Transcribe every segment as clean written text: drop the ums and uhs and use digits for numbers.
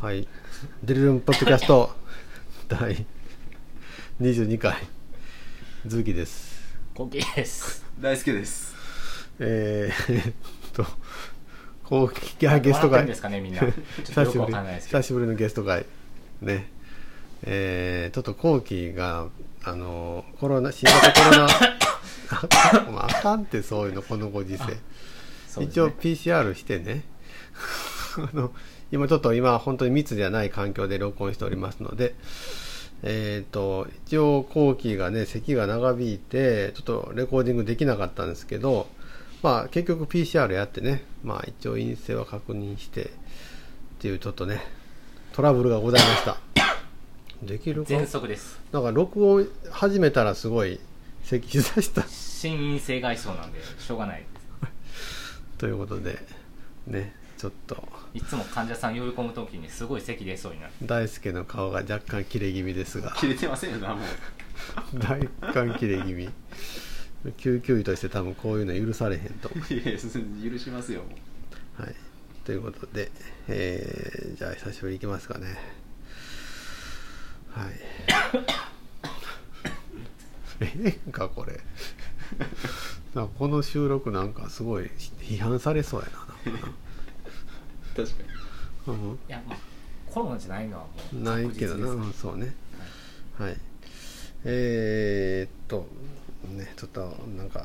はい、デリルンポッドキャスト第22回ズキです。 コキです。 大輔です。 後期ゲスト会ですかね、みんなちょっとよくわかんないですけど久しぶりのゲスト会ね。ちょっと後期が新型コロナあかんってそういうのこのご時世、ね、一応 PCR してね今本当に密ではない環境で録音しておりますので、一応後期がね咳が長引いてちょっとレコーディングできなかったんですけど、まあ結局 PCR やってね、まあ一応陰性は確認してっていうちょっとねトラブルがございました。できるか全速です。 だから録音始めたらすごい咳しだした心因性がいそうなんでしょうがないということでね、ちょっといつも患者さん呼び込むときにすごい咳出そうになる。 大輔の顔が若干切れ気味ですが切れてませんよなもう若干切れ気味救急医として多分こういうの許されへんといや許しますよもう、はい、ということで、じゃあ久しぶりに行きますかね。はいかこれなんかこの収録なんかすごい批判されそうやな確かに、 いや、まあ、コロナじゃないのはもうないけどな、そうね、はい、ねちょっとなんか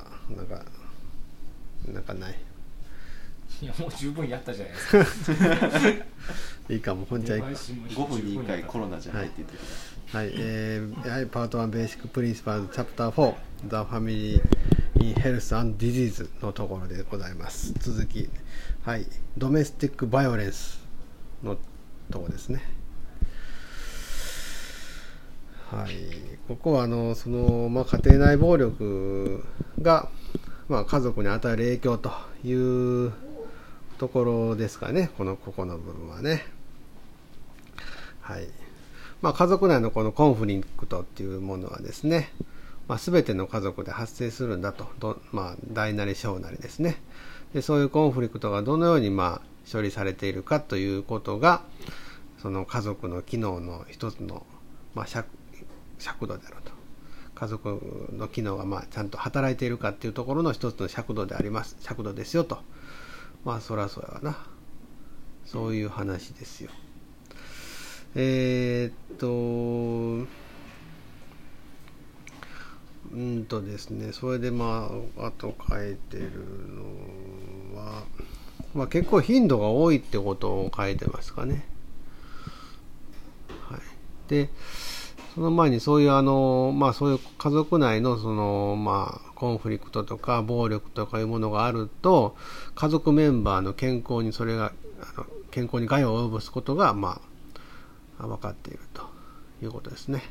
ない。 いやもう十分やったじゃないですかいいかも、ほんちゃいいか。 5分に1回コロナじゃないって言ってください。はい、パート1ベーシックプリンシパルズチャプター4 The Family in Health and Disease のところでございます。続き、はい、ドメスティックバイオレンスのところですね。はい、ここは家庭内暴力が、家族に与える影響というところですかね。ここの部分はね、はい、家族内のこのコンフリクトっていうものはですね、全ての家族で発生するんだと、大なり小なりですね。でそういうコンフリクトがどのように処理されているかということがその家族の機能の一つの、尺度であると。家族の機能がちゃんと働いているかっていうところの一つの尺度であります。尺度ですよと。そりゃそうやわな。そういう話ですよ。ですね、それであと書いてるのは、結構頻度が多いってことを書いてますかね。はい。で、その前にそういうそういう家族内のコンフリクトとか暴力とかいうものがあると、家族メンバーの健康に害を及ぼすことが分かっているということですね。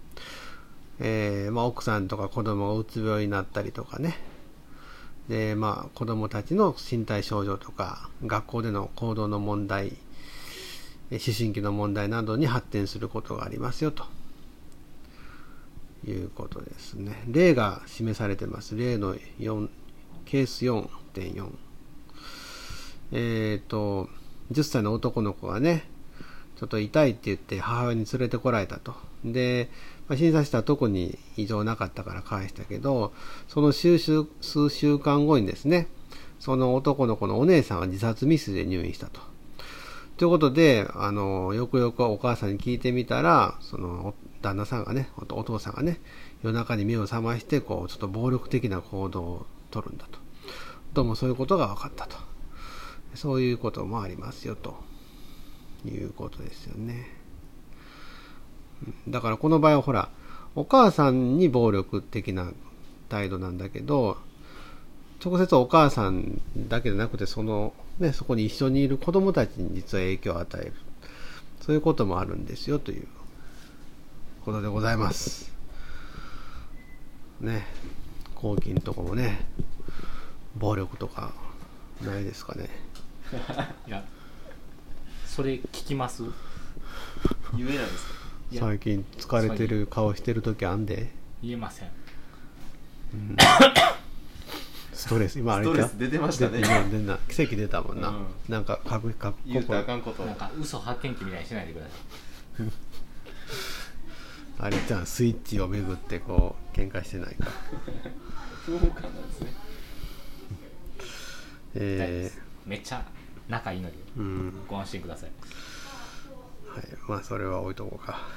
奥さんとか子供がうつ病になったりとかね。で、子供たちの身体症状とか学校での行動の問題、思春期の問題などに発展することがありますよということですね。例が示されてます。例の4ケース 4.4、10歳の男の子がねちょっと痛いって言って母親に連れてこられたと。で、診察したら特に異常なかったから返したけど、その数週間後にですね、その男の子のお姉さんが自殺未遂で入院したと。ということで、よくよくお母さんに聞いてみたら、その旦那さんがね、お父さんがね、夜中に目を覚ましてちょっと暴力的な行動を取るんだと。どうもそういうことが分かったと。そういうこともありますよということですよね。だからこの場合はほら、お母さんに暴力的な態度なんだけど、直接お母さんだけでなくてそこに一緒にいる子供たちに実は影響を与える、そういうこともあるんですよということでございますね。後期のところもね、暴力とかないですかね。 いや、それ聞きます。 言えないですか。 最近疲れてる顔してる時あんで。 言えません。 ストレス今あれかストレス出てましたね今出な奇跡出たもんな、 うんなんか言うたらあかんことなんか嘘発見器みたいにしないでください。 あれじゃんスイッチをめぐってこう喧嘩してないか不穏感なんですね。 大丈夫ですめっちゃ仲いいのでうんご安心ください。 はい、まあそれは置いとこうか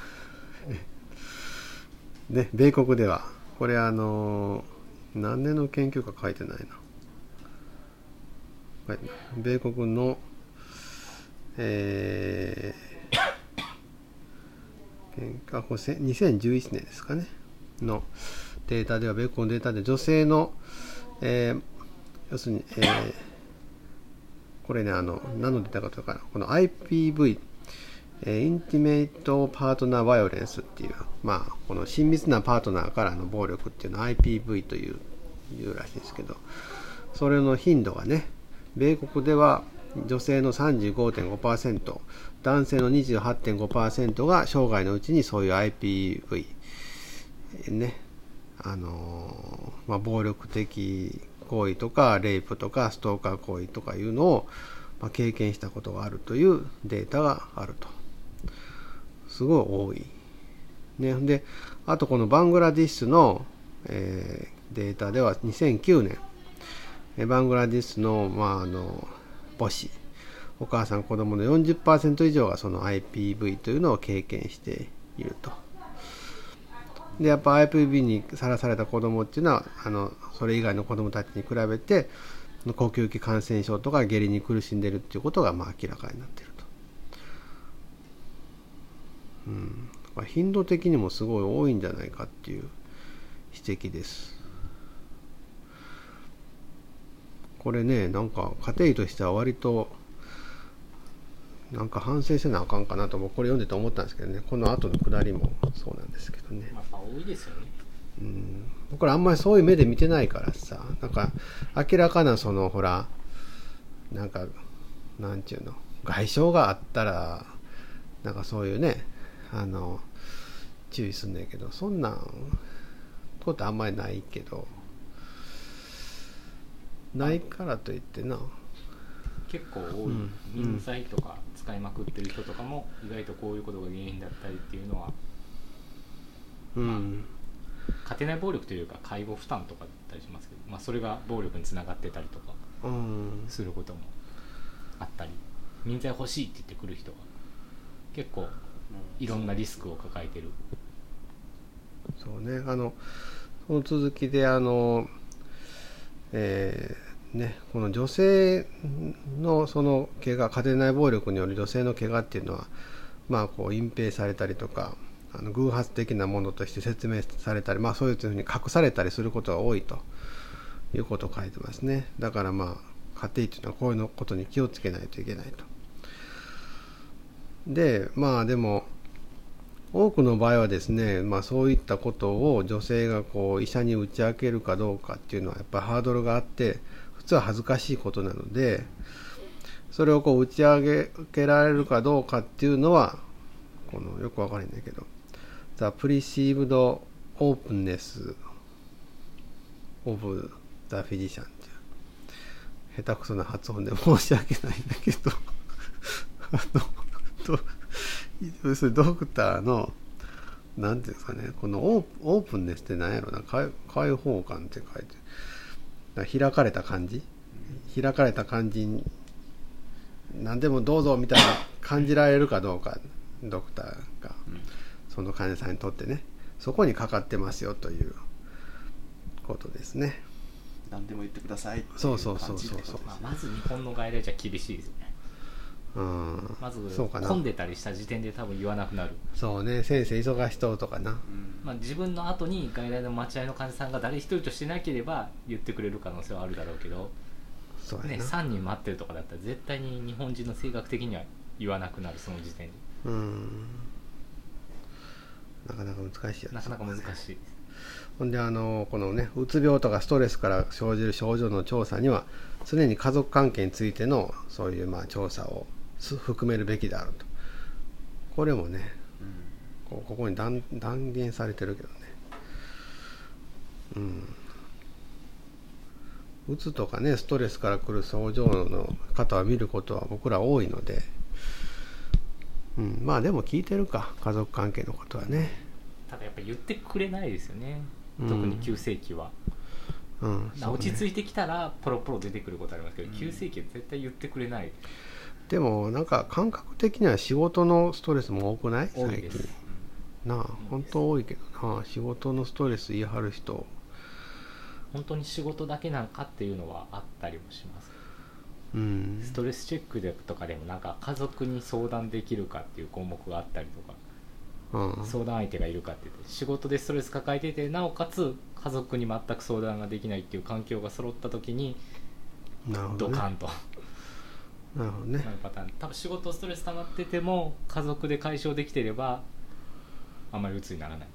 ね、米国ではこれ何年の研究か書いてないな、はい、米国のこれ2011年ですかねのデータでは米国のデータで女性の、要するに、これね何のデータかというとこの IPVインティメイトパートナーバイオレンスっていう、まあ、この親密なパートナーからの暴力っていうのを IPV というらしいんですけど、それの頻度がね、米国では女性の 35.5%、男性の 28.5% が生涯のうちにそういう IPV ね、暴力的行為とかレイプとかストーカー行為とかいうのを、経験したことがあるというデータがあると。すごい多い、ね、であとこのバングラディッシュの、データでは2009年バングラディッシュの、母子お母さん子供の 40% 以上がその IPV というのを経験していると。でやっぱ IPV にさらされた子供っていうのはそれ以外の子供たちに比べて呼吸器感染症とか下痢に苦しんでいるっていうことが明らかになっていると。頻度的にもすごい多いんじゃないかっていう指摘です。これね、なんか家庭医としては割となんか反省せなあかんかなとこれ読んでて思ったんですけどね、この後のくだりもそうなんですけどね。 やっぱ多いですよね。 僕らあんまりそういう目で見てないからさ、なんか明らかなそのほらなんかなんていうの外傷があったらなんかそういうね注意すんねんけど、そんなんことあんまりないけど、ないからといってな結構多い、民剤とか使いまくってる人とかも意外とこういうことが原因だったりっていうのは、家庭内暴力というか介護負担とかだったりしますけど、それが暴力につながってたりとかすることもあったり、民剤欲しいって言ってくる人は結構いろんなリスクを抱えてる。 そうね、その続きでこの女性のその怪我、家庭内暴力による女性の怪我っていうのはこう隠蔽されたりとか偶発的なものとして説明されたり、そういうふうに隠されたりすることが多いということを書いてますね。だから家庭っていうのはこういうことに気をつけないといけないと。ででも多くの場合はですね、そういったことを女性がこう医者に打ち明けるかどうかっていうのはやっぱりハードルがあって、普通は恥ずかしいことなので、それをこう打ち明けられるかどうかっていうのはよくわからないんだけど、The Perceived Openness of the Physician っていう下手くそな発音で申し訳ないんだけど要するにドクターのなんていうんですかね、このオープンネスって何やろな、開放感って書いて、開かれた感じ、開かれた感じに何でもどうぞみたいな感じられるかどうか、ドクターがその患者さんにとってね、そこにかかってますよということですね。 何でも言ってくださいっていうそう感じってことですね。 まず日本の外来じゃ厳しいですよね。まず混んでたりした時点で多分言わなくなる。 そうね、先生忙しそうとかな、 自分の後に外来の待合の患者さんが誰一人としてなければ言ってくれる可能性はあるだろうけど、 そうやな、 3人待ってるとかだったら絶対に日本人の性格的には言わなくなる、その時点で。 なかなか難しいよね。 なかなか難しい。 ほんでこのね、うつ病とかストレスから生じる症状の調査には常に家族関係についてのそういう調査を含めるべきであると。これもね、ここに断言されてるけどね、 うつとかねストレスから来る症状の方は見ることは僕ら多いので、まあでも聞いてるか、家族関係のことはね。 ただやっぱ言ってくれないですよね、特に急性期は、落ち着いてきたらポロポロ出てくることありますけど、急性期は絶対言ってくれない。 でもなんか感覚的には仕事のストレスも多くない？ 多いです。 なあ、本当多いけどな、仕事のストレス言い張る人。 本当に仕事だけなんかっていうのはあったりもします。ストレスチェックでとかでもなんか家族に相談できるかっていう項目があったりとか、相談相手がいるかって言って、仕事でストレス抱えててなおかつ家族に全く相談ができないっていう環境が揃った時にドカンとなるほどね。 パターン、多分仕事ストレス溜まってても家族で解消できてればあんまり鬱にならない。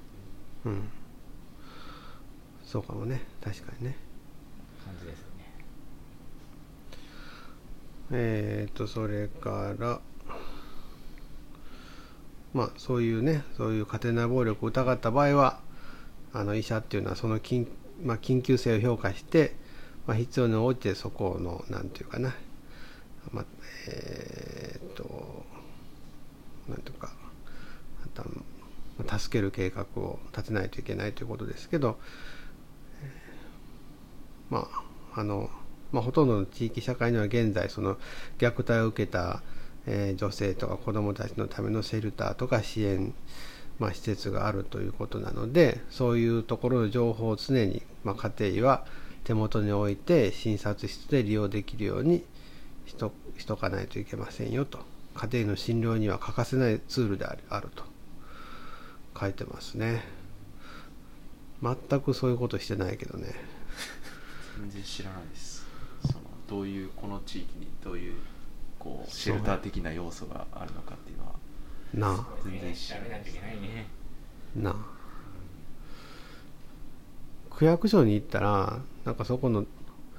そうかもね、確かにね。 感じですよね。それからまあそういうね、そういう家庭内暴力を疑った場合は医者っていうのはその緊急性を評価して、必要に応じてそこのなんていうかな、なんていうか助ける計画を立てないといけないということですけど、ほとんどの地域社会には現在その虐待を受けた、女性とか子どもたちのためのシェルターとか支援、施設があるということなので、そういうところの情報を常に、家庭医は手元に置いて診察室で利用できるようにしとかないといけませんよと。家庭医の診療には欠かせないツールであると書いてますね。全くそういうことしてないけどね。 全然知らないです。どういうこの地域にどういうシェルター的な要素があるのかっていうのはなあ全然知らないです。 なあ、区役所に行ったらなんかそこの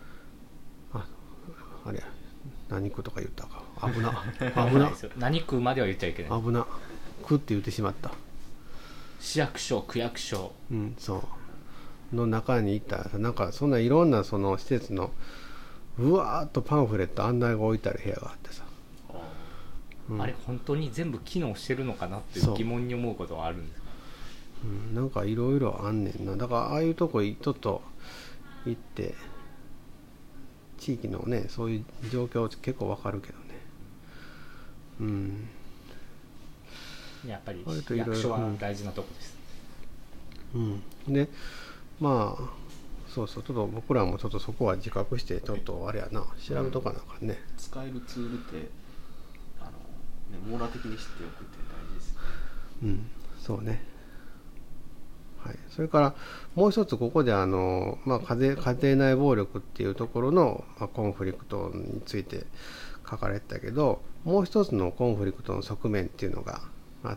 あれ何区とか言ったか、危な何区までは言っちゃいけない。 危な区って言ってしまった。 市役所、区役所、 そうの中に行ったらなんかそんないろんなその施設のうわーっとパンフレット案内が置いてある部屋があってさ、 あれ本当に全部機能してるのかなっていう疑問に思うことはあるんですか？ なんかいろいろあんねんな。だからああいうとこちょっと行って地域のねそういう状況結構わかるけどね。 やっぱり役所は大事なとこです。 でそうそう、ちょっと僕らもちょっとそこは自覚してちょっとあれやな、調べとかなあかんね。 使えるツールって網羅的に知っておくって大事ですね。 そうね。はい。それからもう一つここで家庭内暴力っていうところの、コンフリクトについて書かれてたけど、もう一つのコンフリクトの側面っていうのがあって、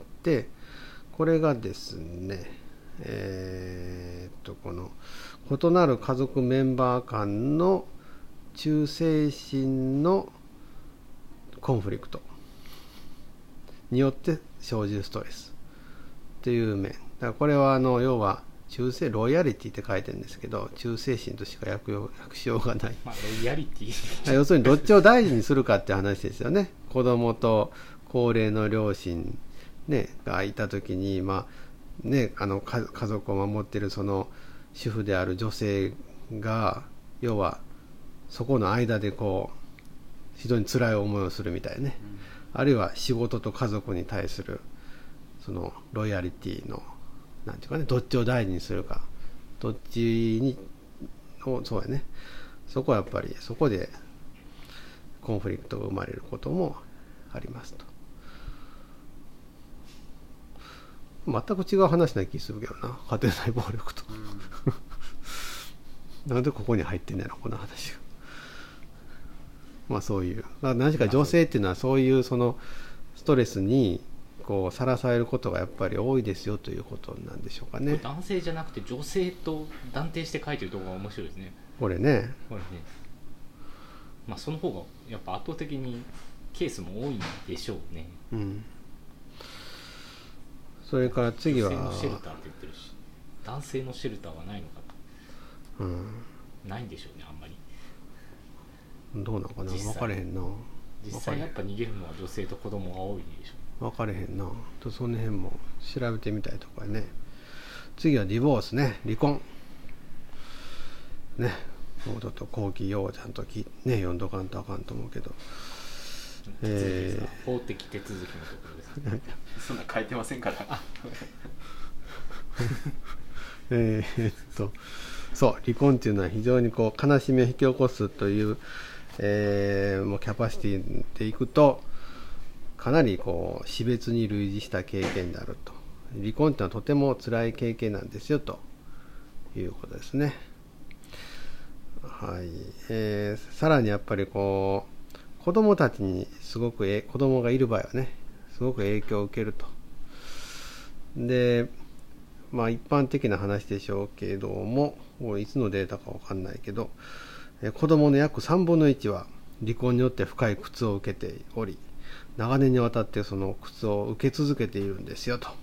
これがですね、この異なる家族メンバー間の忠誠心のコンフリクトによって生じるストレスっていう面だからこれは要は忠誠ロイヤリティって書いてるんですけど、忠誠心としか訳しようがない、 ロイヤリティ要するにどっちを大事にするかって話ですよね。子供と高齢の両親、がいた時に家族を守っているその主婦である女性が要はそこの間で非常に辛い思いをするみたいね、あるいは仕事と家族に対するそのロイヤリティのなんていうかね、どっちを大事にするか、どっちにそうやね、そこはやっぱりそこでコンフリクトが生まれることもありますと。全く違う話な気するけどな、家庭内暴力と、なんでここに入ってんねやろこの話が。そういう何か女性っていうのはそういうそのストレスにさらされることがやっぱり多いですよということなんでしょうかね。 男性じゃなくて女性と断定して書いてるところが面白いですね。 これね、 その方がやっぱ圧倒的にケースも多いんでしょうね。 それから次は女性のシェルターって言ってるし、男性のシェルターはないのかと、ないんでしょうね、あんまり。 どうなのかな、分かれへんな。 実際やっぱ逃げるのは女性と子供が多いでしょ。 分かれへんなと、その辺も調べてみたいとかね。次はディボースね、離婚ね。もうちょっと後期用をちゃんとね読んどかんとあかんと思うけど、 法的手続きのところです、ね、 そんな書いてませんからそう離婚っていうのは非常にこう悲しみを引き起こすという、もうキャパシティでいくとかなりこう死別に類似した経験であると。離婚っていうのはとても辛い経験なんですよということですね。はい。さらにやっぱりこう子供たちにすごく子供がいる場合はねすごく影響を受けると。でまあ一般的な話でしょうけども、いつのデータかわかんないけど、子供の約3分の1は離婚によって深い苦痛を受けており、長年にわたってその苦痛を受け続けているんですよと。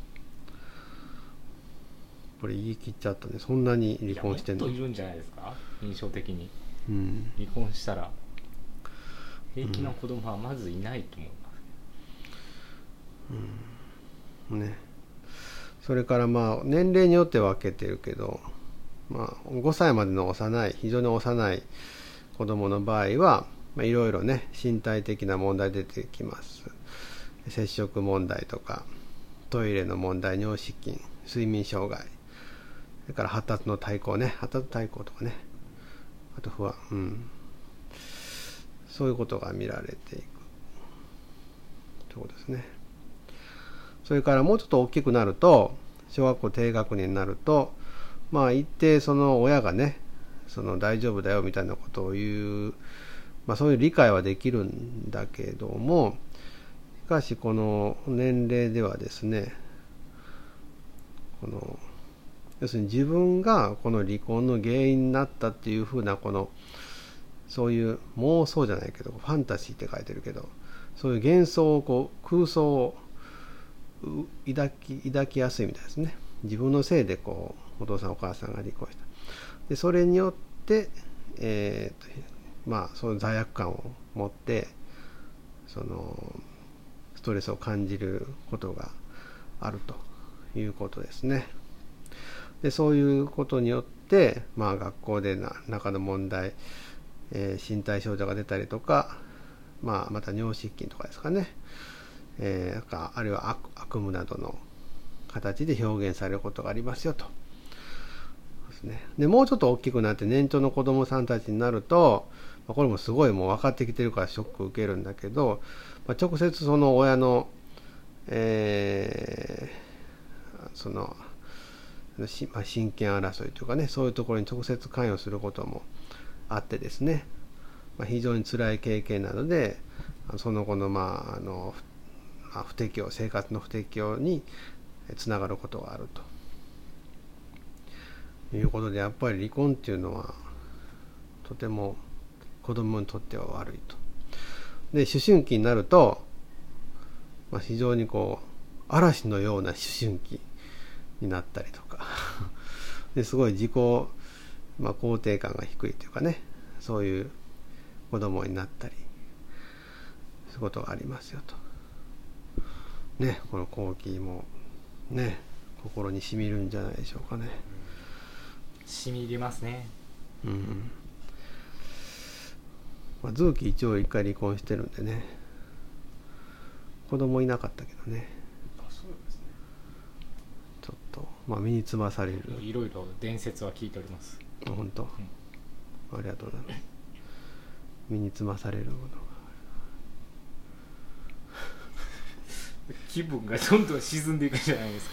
これ言い切っちゃったね。そんなに離婚してんの？ もっといるんじゃないですか、印象的に、 うん、 離婚したら平気な子供はまずいないと思います、 ね。それからまあ年齢によって分けてるけど、まあ、5歳までの非常に幼い子供の場合はいろいろね身体的な問題出てきます。摂食問題とかトイレの問題、尿失禁、睡眠障害、それから発達の対抗ね、発達対抗とかね、あと不安、そういうことが見られていくということですね。それからもうちょっと大きくなると、小学校低学年になると、まあ一定その親がね、その大丈夫だよみたいなことを言う、まあそういう理解はできるんだけども、しかしこの年齢ではですね、要するに自分がこの離婚の原因になったっていうふうなそういう妄想じゃないけどファンタジーって書いてるけど、そういう幻想を空想を抱きやすいみたいですね。自分のせいでお父さんお母さんが離婚した。でそれによってまあその罪悪感を持ってストレスを感じることがあるということですね。でそういうことによって、まあ、学校で中の問題、身体症状が出たりとか、まあ、また尿失禁とかですかね、あるいは悪夢などの形で表現されることがありますよと。ですね。でもうちょっと大きくなって年長の子どもさんたちになると、これもすごいもう分かってきてるからショックを受けるんだけど、直接その親の、親権争いというかね、そういうところに直接関与することもあってですね、非常に辛い経験なので、その後の不適応、生活の不適応につながることがあるということで、やっぱり離婚っていうのはとても子供にとっては悪いと。で思春期になると、非常に嵐のような思春期になったりとかですごい自己、肯定感が低いというかね、そういう子供になったりそういうことがありますよとね。この後期もね心に染みるんじゃないでしょうかね。 染み入れますね。 ズーキ一応一回離婚してるんでね、子供いなかったけどね。 そうですね。 ちょっと身につまされる、 いろいろ伝説は聞いております。 本当、ありがとうございます。身につまされるものが気分がどんどん沈んでいくじゃないですか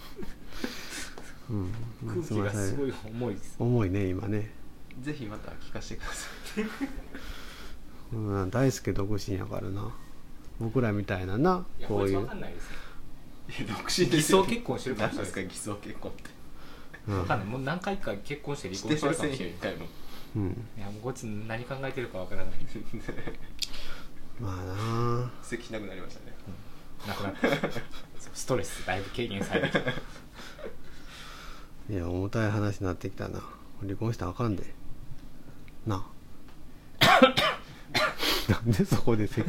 空気がすごい重いです。 重いね今ね。 ぜひまた聞かせてください大輔独身やからな、僕らみたいなな、こういう。 分かんないですよ。 独身偽装結婚してるかもしれない。 何ですか偽装結婚って。 分かんない。もう何回か結婚して離婚してるかもしれない。 一回も。 いやもうこいつ何考えてるか分からない。 まあな席しなくなりましたね。 なくなったストレスだいぶ軽減されてきた。 いや重たい話になってきたな。離婚したらあかんでな。 なんでそこで席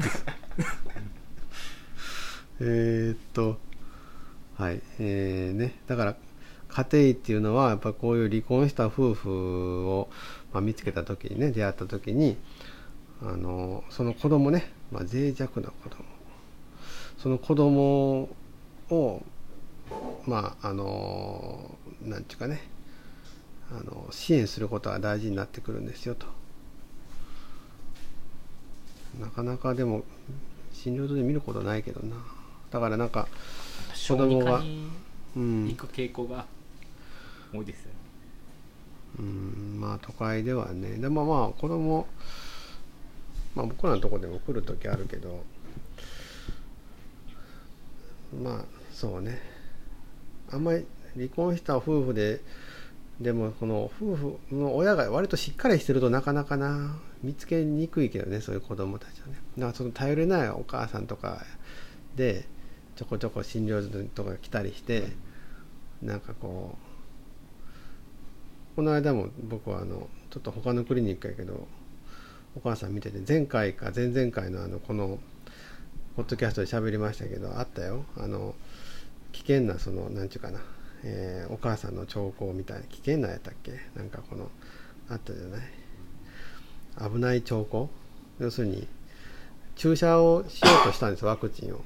はいね、だから家庭っていうのはやっぱこういう離婚した夫婦を、見つけた時にね、出会った時にその子供ね、脆弱な子供、その子供をなんていうかね、支援することが大事になってくるんですよと。なかなかでも診療所で見ることないけどな。だからなんか子供が行く傾向が多いですよね。 都会ではね。でも子供、僕らのとこでも来る時あるけど、そうね、あんまり離婚した夫婦でもこの夫婦の親が割としっかりしてるとなかなか見つけにくいけどね、そういう子供たちはね。だからその頼れないお母さんとかでちょこちょこ診療所とか来たりして、なんかこの間も僕はちょっと他のクリニックやけどお母さん見てて、前回か前々回のこのポッドキャストで喋りましたけど、あったよ、危険ななんていうかな、お母さんの兆候みたいな、危険なやったっけ、なんかあったじゃない、危ない兆候、要するに注射をしようとしたんです、ワクチンを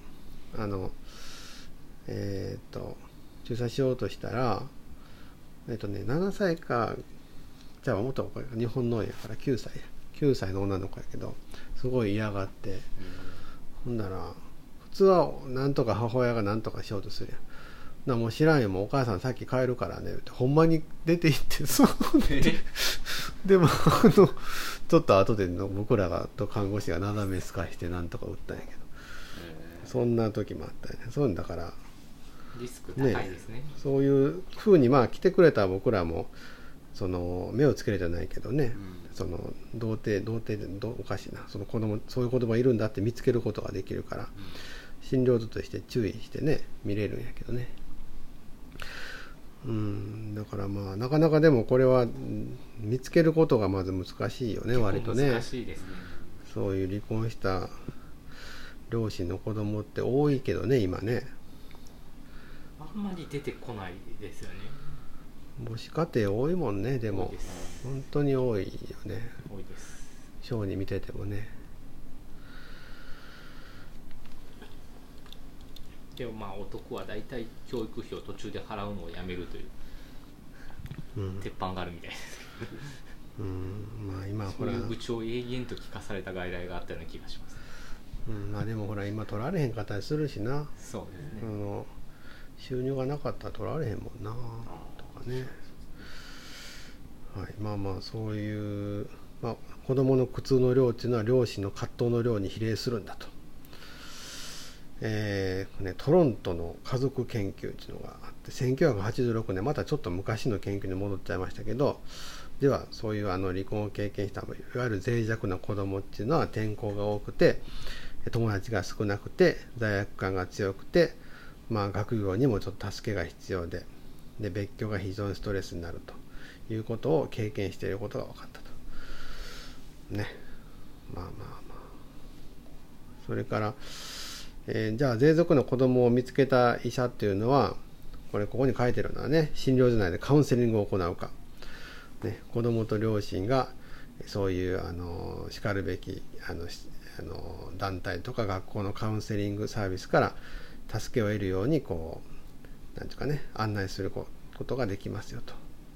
注射しようとしたら7歳か、じゃあもっと日本のやから9歳の女の子やけど、すごい嫌がって、ほんなら普通はなんとか母親がなんとかしようとするやん。もう知らんよ、もうお母さんさっき帰るからねってほんまに出て行って、そうでもちょっと後で僕らがと看護師がなだめすかしてなんとか打ったんやけど、そんな時もあったよね。そうだからリスク高いですね。 そういう風に来てくれた僕らも目をつけるじゃないけどね、童貞おかしいな、その子供、そういう子供いるんだって見つけることができるから、診療所として注意してね見れるんやけどね。だからなかなかでもこれは見つけることがまず難しいよね、割とね。 難しいですね。 そういう離婚した両親の子供って多いけどね、今ね。 あんまり出てこないですよね。 母子家庭多いもんね。でも本当に多いよね。 多いです。 小児見ててもね。 でも男は大体教育費を途中で払うのをやめるという、鉄板があるみたいですけど今ほらそういう愚痴を永遠と聞かされた外来があったような気がします。 でもほら今取られへんかったりするしな。 そうですね。 収入がなかったら取られへんもんなとかね。はい、そういう、子供の苦痛の量っていうのは両親の葛藤の量に比例するんだと。トロントの家族研究っていうのがあって、1986年、またちょっと昔の研究に戻っちゃいましたけど、ではそういう離婚を経験したいわゆる脆弱な子供っていうのは転校が多くて、友達が少なくて、罪悪感が強くて、学業にもちょっと助けが必要で、別居が非常にストレスになるということを経験していることが分かったとね。それから、じゃあ脆弱な子供を見つけた医者っていうのは、ここに書いてるのはね、診療所内でカウンセリングを行うか、子供と両親がそういうしかるべき団体とか学校のカウンセリングサービスから助けを得るようになんていうかね、案内することができますよと。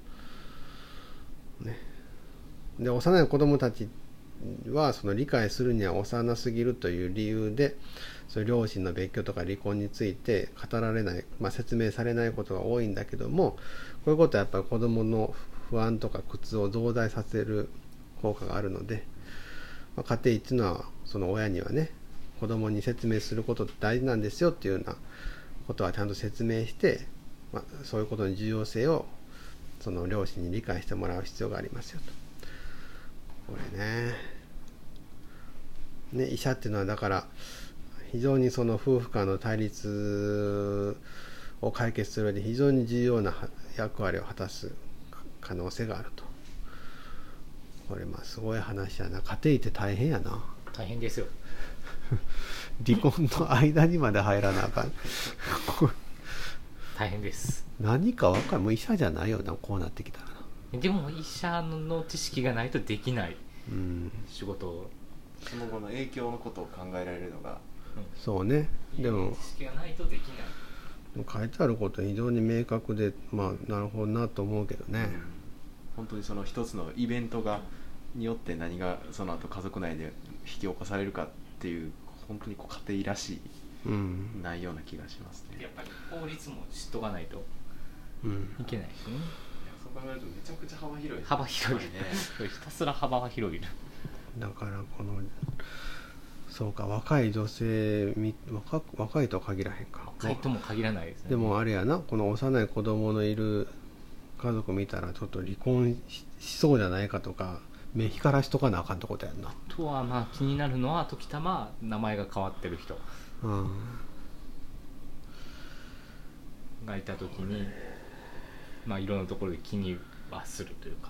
で、幼い子供たちは理解するには幼すぎるという理由で、両親の別居とか離婚について語られない、説明されないことが多いんだけども、こういうことはやっぱり子供の不安とか苦痛を増大させる効果があるので、家庭っていうのはその親にはね、子供に説明することって大事なんですよっていうようなことはちゃんと説明して、そういうことの重要性をその両親に理解してもらう必要がありますよと。これね、医者っていうのはだから非常にその夫婦間の対立を解決する上で非常に重要な役割を果たす可能性があると。これすごい話やな。家庭って大変やな。 大大変ですよ。 離婚の間にまで入らなあかん大変です。 何か分かる、もう医者じゃないよな、こうなってきたらな。 でも医者の知識がないとできない仕事を、 その後の影響のことを考えられるのが、 そうね。でも知識がないとできない。 書いてあることは非常に明確で、まあなるほどなと思うけどね、 本当にその一つのイベントによって何がその後家族内で引き起こされるかっていう本当にこう家庭らしいないような気がしますね。 やっぱり法律も知っとかないといけないですね。 そう考えるとめちゃくちゃ幅広いですね。 幅広いね。ひたすら幅が広い。 だからこのそうか、若い女性若いとは限らへんか、 若いとも限らないですね。 でもあれやな、この幼い子供のいる家族見たらちょっと離婚 しそうじゃないかとか目光らしとかなあかんってことやんな。 あとはまあ気になるのは時たま名前が変わってる人がいた時に、まあいろんなところで気にはするというか、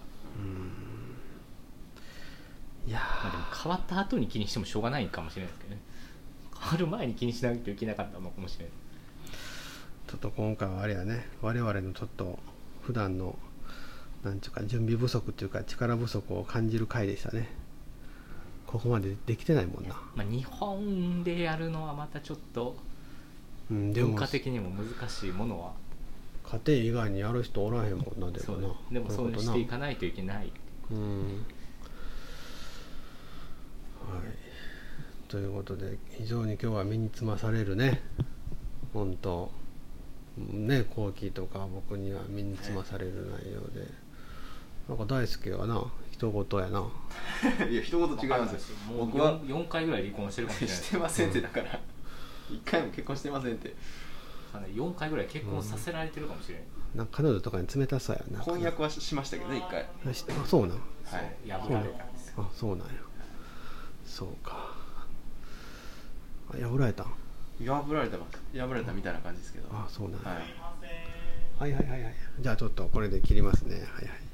いやまあでも変わった後に気にしてもしょうがないかもしれないですけどね。変わる前に気にしないといけなかったのかもしれない。 ちょっと今回はあれやね、我々のちょっと普段のなんていうか準備不足っていうか力不足を感じる回でしたね。ここまでできてないもんな。 まあ、日本でやるのはまたちょっと文化的にも難しいものは家庭以外にやる人おらへんもんな。 でもな、でもそうしていかないといけない。はい、 ということで非常に今日は身につまされるね、本当ね、コーキーとか僕には身につまされる内容で、なんか大好きはな人事やな。 いや人事違いますよ。 僕は4回ぐらい離婚してるかもしれない。 してませんって、だから1回も結婚してませんって。 4回ぐらい結婚させられてるかもしれない。 なんか彼女とかに冷たそうやな。 婚約はしましたけどね、1回。 あ、そうなん。 はい、 破られたんですよ。 あ、そうなんや。そうか。破られたん。 破られたみたいな感じですけど。 あ、そうなんや。 はいはい。じゃあちょっとこれで切りますね。はい。